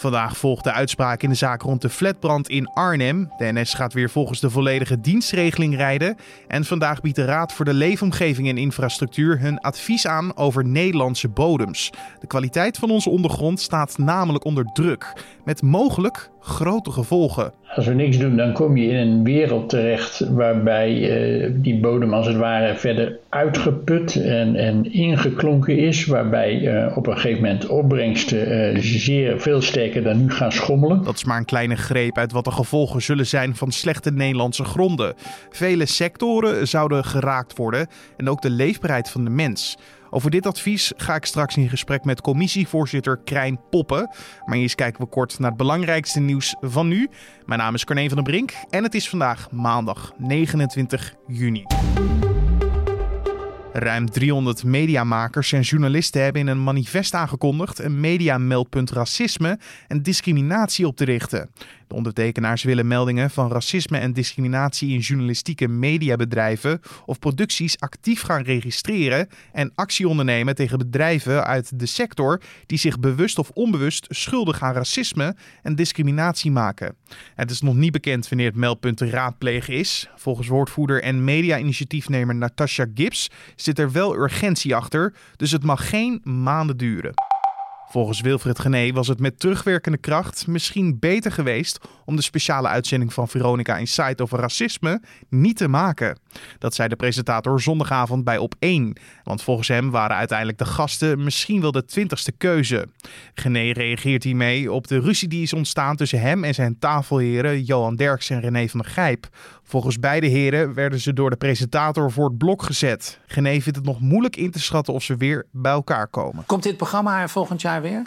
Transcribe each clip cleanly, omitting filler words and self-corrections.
Vandaag volgt de uitspraak in de zaak rond de flatbrand in Arnhem. De NS gaat weer volgens de volledige dienstregeling rijden. En vandaag biedt de Raad voor de Leefomgeving en Infrastructuur hun advies aan over Nederlandse bodems. De kwaliteit van onze ondergrond staat namelijk onder druk, met mogelijk grote gevolgen. Als we niks doen, dan kom je in een wereld terecht waarbij die bodem als het ware verder uitgeput en ingeklonken is. Waarbij op een gegeven moment opbrengsten zeer veel sterker dan nu gaan schommelen. Dat is maar een kleine greep uit wat de gevolgen zullen zijn van slechte Nederlandse gronden. Vele sectoren zouden geraakt worden en ook de leefbaarheid van de mens. Over dit advies ga ik straks in gesprek met commissievoorzitter Krijn Poppen. Maar eerst kijken we kort naar het belangrijkste nieuws van nu. Mijn naam is Carne van den Brink en het is vandaag maandag 29 juni. Ruim 300 mediamakers en journalisten hebben in een manifest aangekondigd een mediameldpunt racisme en discriminatie op te richten. De ondertekenaars willen meldingen van racisme en discriminatie in journalistieke mediabedrijven of producties actief gaan registreren en actie ondernemen tegen bedrijven uit de sector die zich bewust of onbewust schuldig aan racisme en discriminatie maken. Het is nog niet bekend wanneer het meldpunt te raadplegen is. Volgens woordvoerder en media-initiatiefnemer Natasha Gibbs zit er wel urgentie achter, dus het mag geen maanden duren. Volgens Wilfred Genee was het met terugwerkende kracht misschien beter geweest om de speciale uitzending van Veronica Insight over racisme niet te maken. Dat zei de presentator zondagavond bij Op1. Want volgens hem waren uiteindelijk de gasten misschien wel de 20ste keuze. Genee reageert hiermee op de ruzie die is ontstaan tussen hem en zijn tafelheren Johan Derks en René van der Gijp. Volgens beide heren werden ze door de presentator voor het blok gezet. Genee vindt het nog moeilijk in te schatten of ze weer bij elkaar komen. Komt dit programma volgend jaar weer?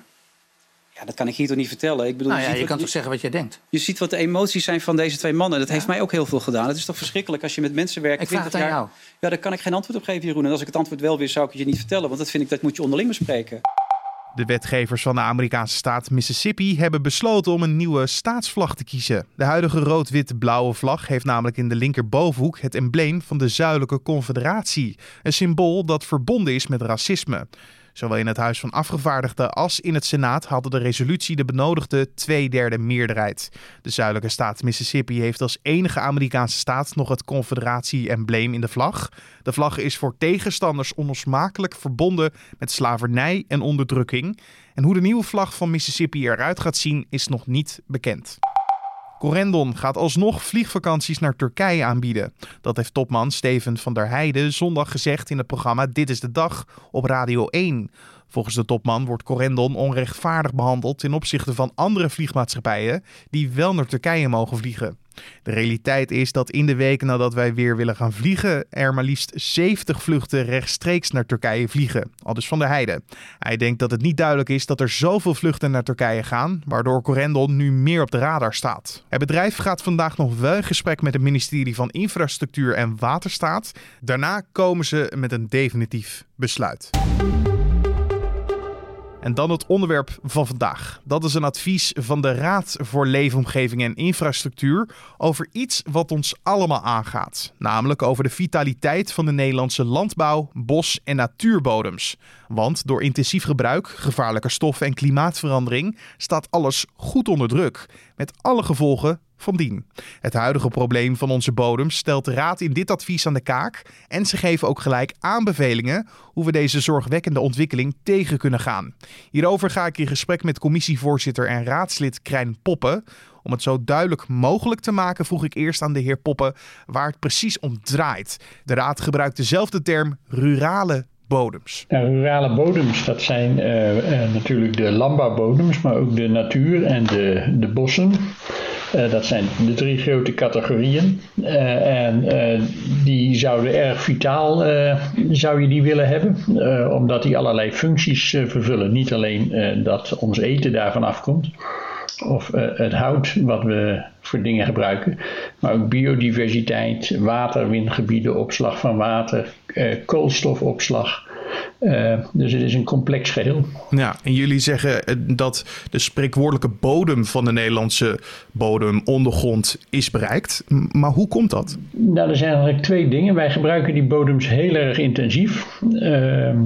Ja, dat kan ik hier toch niet vertellen. Ik bedoel, je kan toch zeggen wat jij denkt? Je ziet wat de emoties zijn van deze twee mannen. Dat heeft mij ook heel veel gedaan. Het is toch verschrikkelijk als je met mensen werkt. Ik vraag het aan jou. Ja, daar kan ik geen antwoord op geven, Jeroen. En als ik het antwoord wel wist, zou ik het je niet vertellen. Want dat moet je onderling bespreken. De wetgevers van de Amerikaanse staat Mississippi hebben besloten om een nieuwe staatsvlag te kiezen. De huidige rood-wit-blauwe vlag heeft namelijk in de linkerbovenhoek het embleem van de Zuidelijke Confederatie. Een symbool dat verbonden is met racisme. Zowel in het Huis van Afgevaardigden als in het Senaat hadden de resolutie de benodigde 2/3 meerderheid. De zuidelijke staat Mississippi heeft als enige Amerikaanse staat nog het confederatie-embleem in de vlag. De vlag is voor tegenstanders onlosmakelijk verbonden met slavernij en onderdrukking. En hoe de nieuwe vlag van Mississippi eruit gaat zien is nog niet bekend. Corendon gaat alsnog vliegvakanties naar Turkije aanbieden. Dat heeft topman Steven van der Heijden zondag gezegd in het programma Dit is de Dag op Radio 1. Volgens de topman wordt Corendon onrechtvaardig behandeld ten opzichte van andere vliegmaatschappijen die wel naar Turkije mogen vliegen. De realiteit is dat in de weken nadat wij weer willen gaan vliegen er maar liefst 70 vluchten rechtstreeks naar Turkije vliegen. Aldus van der Heijden. Hij denkt dat het niet duidelijk is dat er zoveel vluchten naar Turkije gaan, waardoor Corendon nu meer op de radar staat. Het bedrijf gaat vandaag nog wel in gesprek met het ministerie van Infrastructuur en Waterstaat. Daarna komen ze met een definitief besluit. En dan het onderwerp van vandaag. Dat is een advies van de Raad voor Leefomgeving en Infrastructuur over iets wat ons allemaal aangaat. Namelijk over de vitaliteit van de Nederlandse landbouw, bos- en natuurbodems. Want door intensief gebruik, gevaarlijke stoffen en klimaatverandering staat alles goed onder druk. Met alle gevolgen van dien. Het huidige probleem van onze bodems stelt de Raad in dit advies aan de kaak. En ze geven ook gelijk aanbevelingen hoe we deze zorgwekkende ontwikkeling tegen kunnen gaan. Hierover ga ik in gesprek met commissievoorzitter en raadslid Krijn Poppen. Om het zo duidelijk mogelijk te maken vroeg ik eerst aan de heer Poppen waar het precies om draait. De Raad gebruikt dezelfde term rurale bodems. Rurale bodems, dat zijn natuurlijk de landbouwbodems, maar ook de natuur en de bossen. Dat zijn de 3 grote categorieën. Die zouden erg vitaal, zou je die willen hebben. Omdat die allerlei functies vervullen. Niet alleen dat ons eten daarvan afkomt. Of het hout wat we voor dingen gebruiken. Maar ook biodiversiteit, waterwingebieden, opslag van water, koolstofopslag. Dus het is een complex geheel. Ja, en jullie zeggen dat de spreekwoordelijke bodem van de Nederlandse bodemondergrond is bereikt. Maar hoe komt dat? Nou, er zijn eigenlijk 2 dingen. Wij gebruiken die bodems heel erg intensief.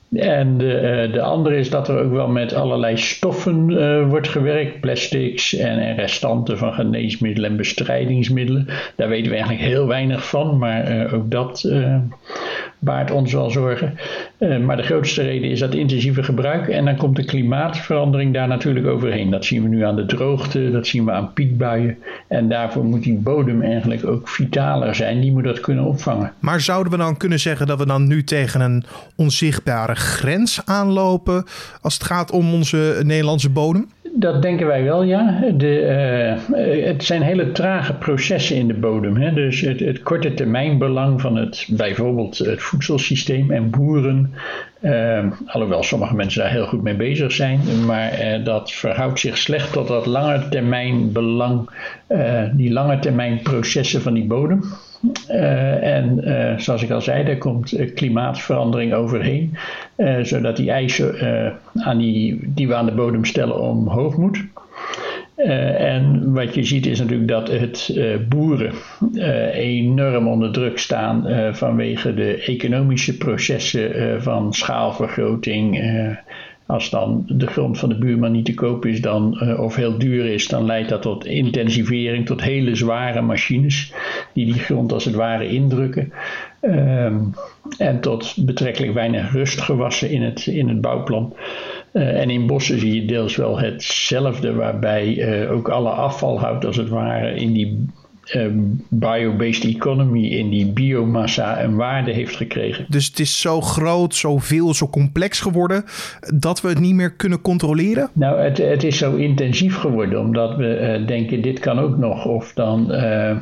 En de andere is dat er ook wel met allerlei stoffen wordt gewerkt. Plastics en restanten van geneesmiddelen en bestrijdingsmiddelen. Daar weten we eigenlijk heel weinig van, maar ook dat baart ons wel zorgen. Maar de grootste reden is dat intensieve gebruik. En dan komt de klimaatverandering daar natuurlijk overheen. Dat zien we nu aan de droogte, dat zien we aan piekbuien. En daarvoor moet die bodem eigenlijk ook vitaler zijn. Die moet dat kunnen opvangen. Maar zouden we dan kunnen zeggen dat we dan nu tegen een onzichtbare grens aanlopen als het gaat om onze Nederlandse bodem? Dat denken wij wel, ja. Het zijn hele trage processen in de bodem. Hè? Dus het korte termijnbelang van bijvoorbeeld het voedselsysteem en boeren. Alhoewel sommige mensen daar heel goed mee bezig zijn. Maar dat verhoudt zich slecht tot dat langetermijnbelang. Die langetermijnprocessen van die bodem. En zoals ik al zei, daar komt klimaatverandering overheen. Zodat die eisen die we aan de bodem stellen omhoog moet. En wat je ziet is natuurlijk dat boeren enorm onder druk staan vanwege de economische processen van schaalvergroting. Als dan de grond van de buurman niet te koop is of heel duur is, dan leidt dat tot intensivering, tot hele zware machines die grond als het ware indrukken. En tot betrekkelijk weinig rustgewassen in het bouwplan. En in bossen zie je deels wel hetzelfde, waarbij ook alle afval houdt als het ware in die bio-based economy, in die biomassa een waarde heeft gekregen. Dus het is zo groot, zoveel, zo complex geworden dat we het niet meer kunnen controleren? Nou, het is zo intensief geworden omdat we denken dit kan ook nog. Of dan,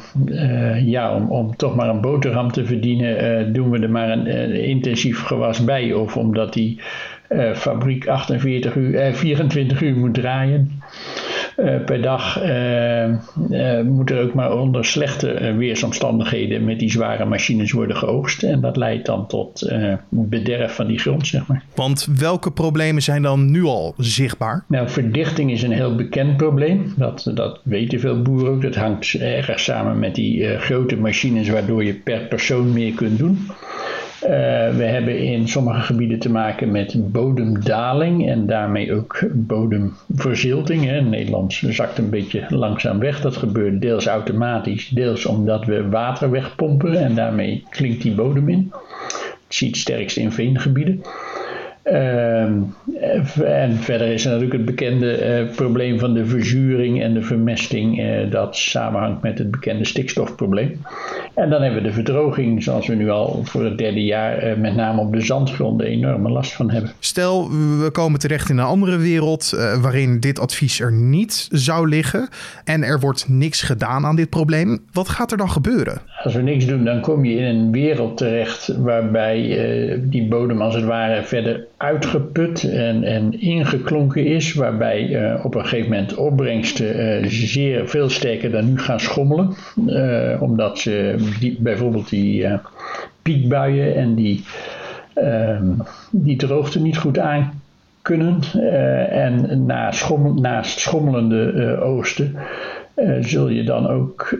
om toch maar een boterham te verdienen, doen we er maar een intensief gewas bij. Of omdat die fabriek 24 uur moet draaien. Per dag moet er ook maar onder slechte weersomstandigheden met die zware machines worden geoogst. En dat leidt dan tot bederf van die grond, zeg maar. Want welke problemen zijn dan nu al zichtbaar? Nou, verdichting is een heel bekend probleem. Dat weten veel boeren ook. Dat hangt erg samen met die grote machines waardoor je per persoon meer kunt doen. We hebben in sommige gebieden te maken met bodemdaling en daarmee ook bodemverzilting. Nederland zakt een beetje langzaam weg. Dat gebeurt deels automatisch, deels omdat we water wegpompen en daarmee klinkt die bodem in. Dat zie je het sterkst in veengebieden. En verder is er natuurlijk het bekende probleem van de verzuring en de vermesting. Dat samenhangt met het bekende stikstofprobleem. En dan hebben we de verdroging, zoals we nu al voor het 3e jaar met name op de zandgronden enorme last van hebben. Stel, we komen terecht in een andere wereld waarin dit advies er niet zou liggen en er wordt niks gedaan aan dit probleem. Wat gaat er dan gebeuren? Als we niks doen, dan kom je in een wereld terecht waarbij die bodem als het ware verder uitgeput en ingeklonken is, waarbij op een gegeven moment opbrengsten zeer veel sterker dan nu gaan schommelen, omdat ze bijvoorbeeld die piekbuien en die droogte niet goed aan kunnen. En naast schommelende oogsten zul je dan ook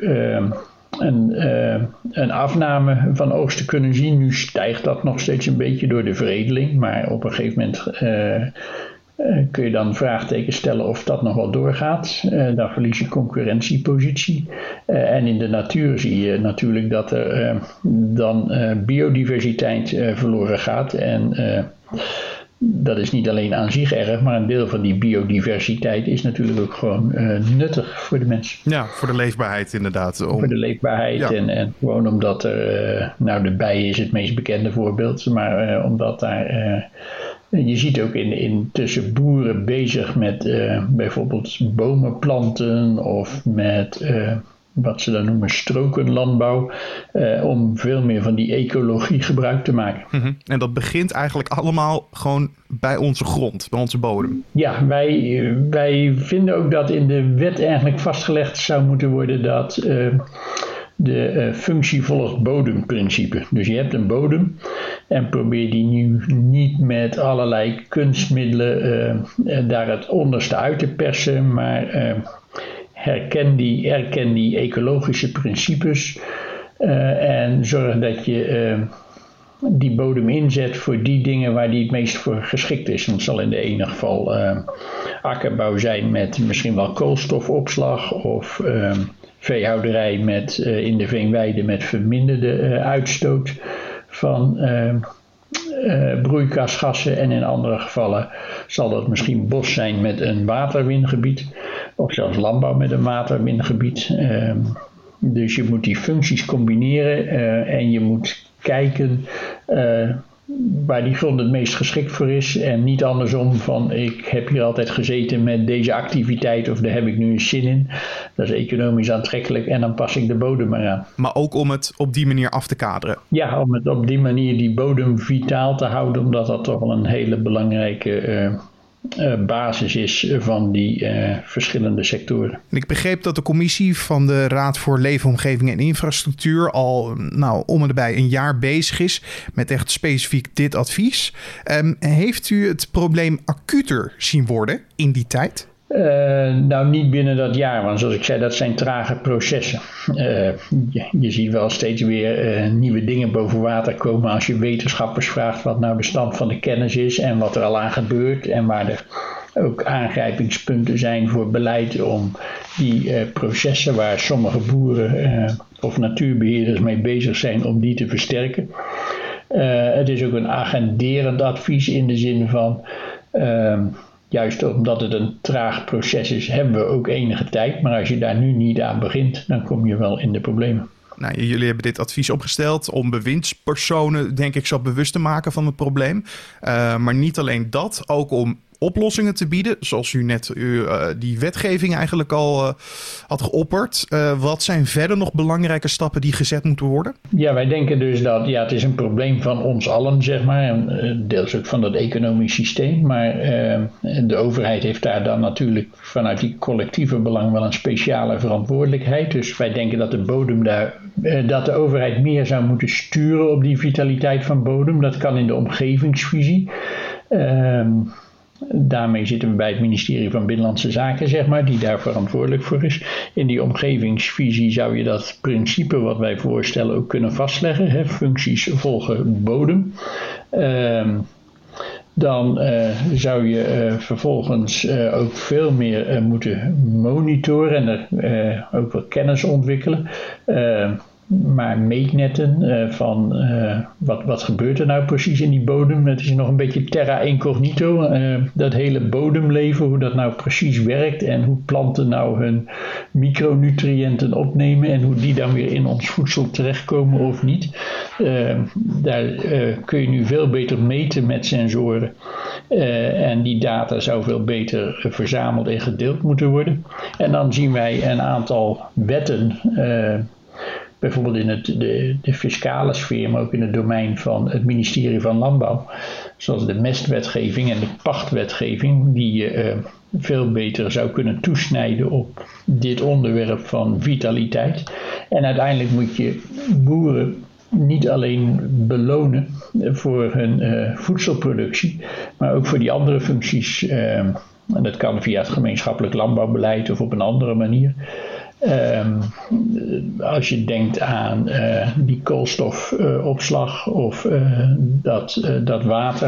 een afname van oogsten kunnen zien. Nu stijgt dat nog steeds een beetje door de veredeling, maar op een gegeven moment kun je dan vraagtekens stellen of dat nog wel doorgaat. Dan verlies je concurrentiepositie. En in de natuur zie je natuurlijk dat er dan biodiversiteit verloren gaat. En dat is niet alleen aan zich erg, maar een deel van die biodiversiteit is natuurlijk ook gewoon nuttig voor de mens. Ja, voor de leefbaarheid inderdaad. Voor de leefbaarheid ja. En gewoon omdat er, de bij is het meest bekende voorbeeld, maar omdat daar... je ziet ook tussen boeren bezig met bijvoorbeeld bomen planten of met wat ze dan noemen strokenlandbouw, om veel meer van die ecologie gebruik te maken. Mm-hmm. En dat begint eigenlijk allemaal gewoon bij onze grond, bij onze bodem. Ja, wij vinden ook dat in de wet eigenlijk vastgelegd zou moeten worden dat de functie volgt bodemprincipe. Dus je hebt een bodem en probeer die nu niet met allerlei kunstmiddelen daar het onderste uit te persen, maar erken die ecologische principes en zorg dat je die bodem inzet voor die dingen waar die het meest voor geschikt is. Het zal in de ene geval akkerbouw zijn met misschien wel koolstofopslag of veehouderij in de veenweide met verminderde uitstoot van broeikasgassen. En in andere gevallen zal dat misschien bos zijn met een waterwingebied of zelfs landbouw met een waterwingebied. Dus je moet die functies combineren en je moet kijken waar die grond het meest geschikt voor is. En niet andersom van ik heb hier altijd gezeten met deze activiteit of daar heb ik nu een zin in. Dat is economisch aantrekkelijk en dan pas ik de bodem eraan. Maar ook om het op die manier af te kaderen. Ja, om het op die manier die bodem vitaal te houden, omdat dat toch wel een hele belangrijke basis is van die verschillende sectoren. En ik begreep dat de commissie van de Raad voor Leefomgeving en Infrastructuur al om en bij een jaar bezig is met echt specifiek dit advies. Heeft u het probleem acuter zien worden in die tijd? Niet binnen dat jaar, want zoals ik zei, dat zijn trage processen. Je ziet wel steeds weer nieuwe dingen boven water komen als je wetenschappers vraagt wat nou de stand van de kennis is en wat er al aan gebeurt en waar er ook aangrijpingspunten zijn voor beleid om die processen waar sommige boeren of natuurbeheerders mee bezig zijn om die te versterken. Het is ook een agenderend advies in de zin van juist omdat het een traag proces is, hebben we ook enige tijd. Maar als je daar nu niet aan begint, dan kom je wel in de problemen. Nou, jullie hebben dit advies opgesteld om bewindspersonen, denk ik, zo bewust te maken van het probleem. Maar niet alleen dat, ook om oplossingen te bieden, zoals u net die wetgeving eigenlijk al had geopperd. Wat zijn verder nog belangrijke stappen die gezet moeten worden? Ja, wij denken dus dat het is een probleem van ons allen, zeg maar. En deels ook van dat economisch systeem. Maar de overheid heeft daar dan natuurlijk vanuit die collectieve belang wel een speciale verantwoordelijkheid. Dus wij denken dat de bodem dat de overheid meer zou moeten sturen op die vitaliteit van bodem. Dat kan in de omgevingsvisie. Daarmee zitten we bij het ministerie van Binnenlandse Zaken, zeg maar, die daar verantwoordelijk voor is. In die omgevingsvisie zou je dat principe wat wij voorstellen ook kunnen vastleggen. Functies volgen bodem. Dan zou je vervolgens ook veel meer moeten monitoren en er ook wat kennis ontwikkelen. Maar meetnetten van wat gebeurt er nou precies in die bodem. Het is nog een beetje terra incognito. Dat hele bodemleven, hoe dat nou precies werkt en hoe planten nou hun micronutriënten opnemen en hoe die dan weer in ons voedsel terechtkomen of niet. Daar kun je nu veel beter meten met sensoren. En die data zou veel beter verzameld en gedeeld moeten worden. En dan zien wij een aantal wetten, bijvoorbeeld in de fiscale sfeer, maar ook in het domein van het ministerie van Landbouw. Zoals de mestwetgeving en de pachtwetgeving, die je veel beter zou kunnen toesnijden op dit onderwerp van vitaliteit. En uiteindelijk moet je boeren niet alleen belonen voor hun voedselproductie, maar ook voor die andere functies. En dat kan via het gemeenschappelijk landbouwbeleid of op een andere manier. Als je denkt aan die koolstofopslag of dat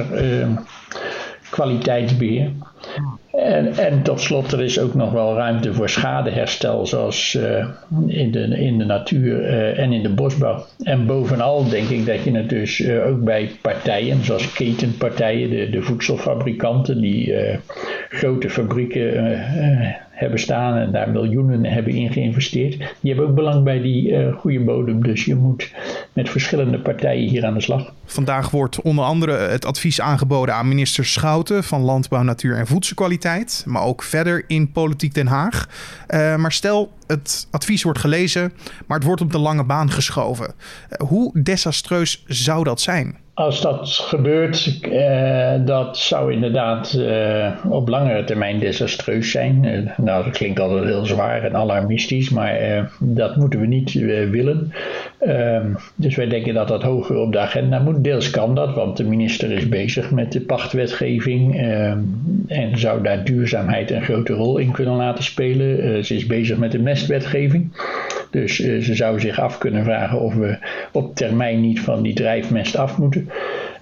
waterkwaliteitsbeheer. En tot slot, er is ook nog wel ruimte voor schadeherstel, zoals in de natuur en in de bosbouw. En bovenal denk ik dat je het dus ook bij partijen, zoals ketenpartijen, de voedselfabrikanten, die grote fabrieken hebben staan en daar miljoenen hebben in geïnvesteerd. Die hebben ook belang bij die goede bodem. Dus je moet met verschillende partijen hier aan de slag. Vandaag wordt onder andere het advies aangeboden aan minister Schouten van Landbouw, Natuur en Voedselkwaliteit. Maar ook verder in Politiek Den Haag. Maar stel, het advies wordt gelezen, maar het wordt op de lange baan geschoven. Hoe desastreus zou dat zijn? Als dat gebeurt, dat zou inderdaad op langere termijn desastreus zijn. Dat klinkt altijd heel zwaar en alarmistisch, maar dat moeten we niet willen. Dus wij denken dat dat hoger op de agenda moet. Deels kan dat, want de minister is bezig met de pachtwetgeving en zou daar duurzaamheid een grote rol in kunnen laten spelen. Ze is bezig met de mestwetgeving. Dus ze zou zich af kunnen vragen of we op termijn niet van die drijfmest af moeten.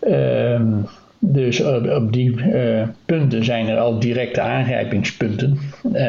Dus op die punten zijn er al directe aangrijpingspunten.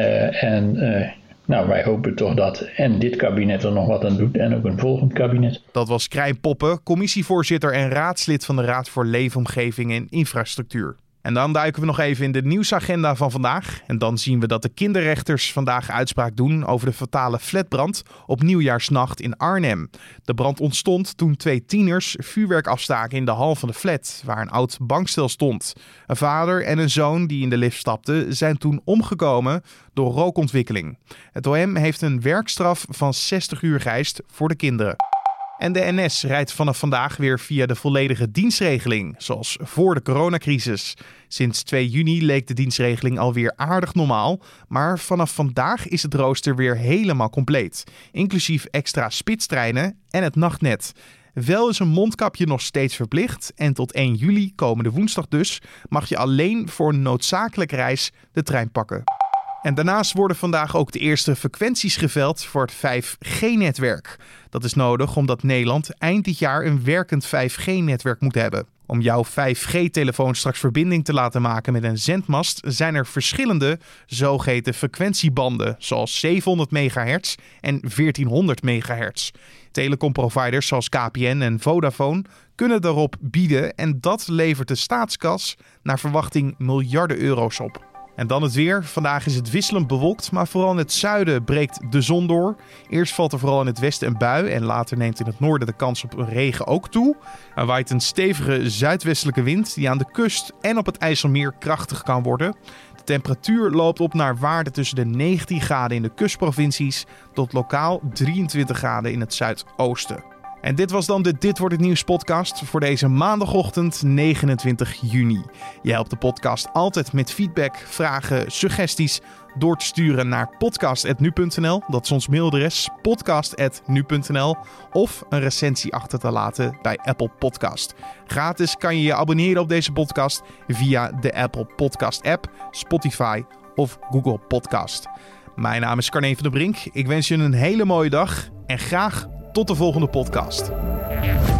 Wij hopen toch dat en dit kabinet er nog wat aan doet en ook een volgend kabinet. Dat was Krijn Poppen, commissievoorzitter en raadslid van de Raad voor Leefomgeving en Infrastructuur. En dan duiken we nog even in de nieuwsagenda van vandaag. En dan zien we dat de kinderrechters vandaag uitspraak doen over de fatale flatbrand op Nieuwjaarsnacht in Arnhem. De brand ontstond toen 2 tieners vuurwerk afstaken in de hal van de flat, waar een oud bankstel stond. Een vader en een zoon die in de lift stapten zijn toen omgekomen door rookontwikkeling. Het OM heeft een werkstraf van 60 uur geëist voor de kinderen. En de NS rijdt vanaf vandaag weer via de volledige dienstregeling, zoals voor de coronacrisis. Sinds 2 juni leek de dienstregeling alweer aardig normaal, maar vanaf vandaag is het rooster weer helemaal compleet. Inclusief extra spitstreinen en het nachtnet. Wel is een mondkapje nog steeds verplicht en tot 1 juli, komende woensdag dus, mag je alleen voor een noodzakelijke reis de trein pakken. En daarnaast worden vandaag ook de eerste frequenties geveld voor het 5G-netwerk. Dat is nodig omdat Nederland eind dit jaar een werkend 5G-netwerk moet hebben. Om jouw 5G-telefoon straks verbinding te laten maken met een zendmast zijn er verschillende zogeheten frequentiebanden, zoals 700 MHz en 1400 MHz. Telecomproviders zoals KPN en Vodafone kunnen daarop bieden en dat levert de staatskas naar verwachting miljarden euro's op. En dan het weer. Vandaag is het wisselend bewolkt, maar vooral in het zuiden breekt de zon door. Eerst valt er vooral in het westen een bui en later neemt in het noorden de kans op regen ook toe. Er waait een stevige zuidwestelijke wind die aan de kust en op het IJsselmeer krachtig kan worden. De temperatuur loopt op naar waarden tussen de 19 graden in de kustprovincies tot lokaal 23 graden in het zuidoosten. En dit was dan de Dit Wordt Het Nieuws podcast voor deze maandagochtend 29 juni. Je helpt de podcast altijd met feedback, vragen, suggesties door te sturen naar podcast@nu.nl. Dat is ons mailadres podcast@nu.nl of een recensie achter te laten bij Apple Podcast. Gratis kan je je abonneren op deze podcast via de Apple Podcast app, Spotify of Google Podcast. Mijn naam is Carne van der Brink. Ik wens je een hele mooie dag en graag tot de volgende podcast.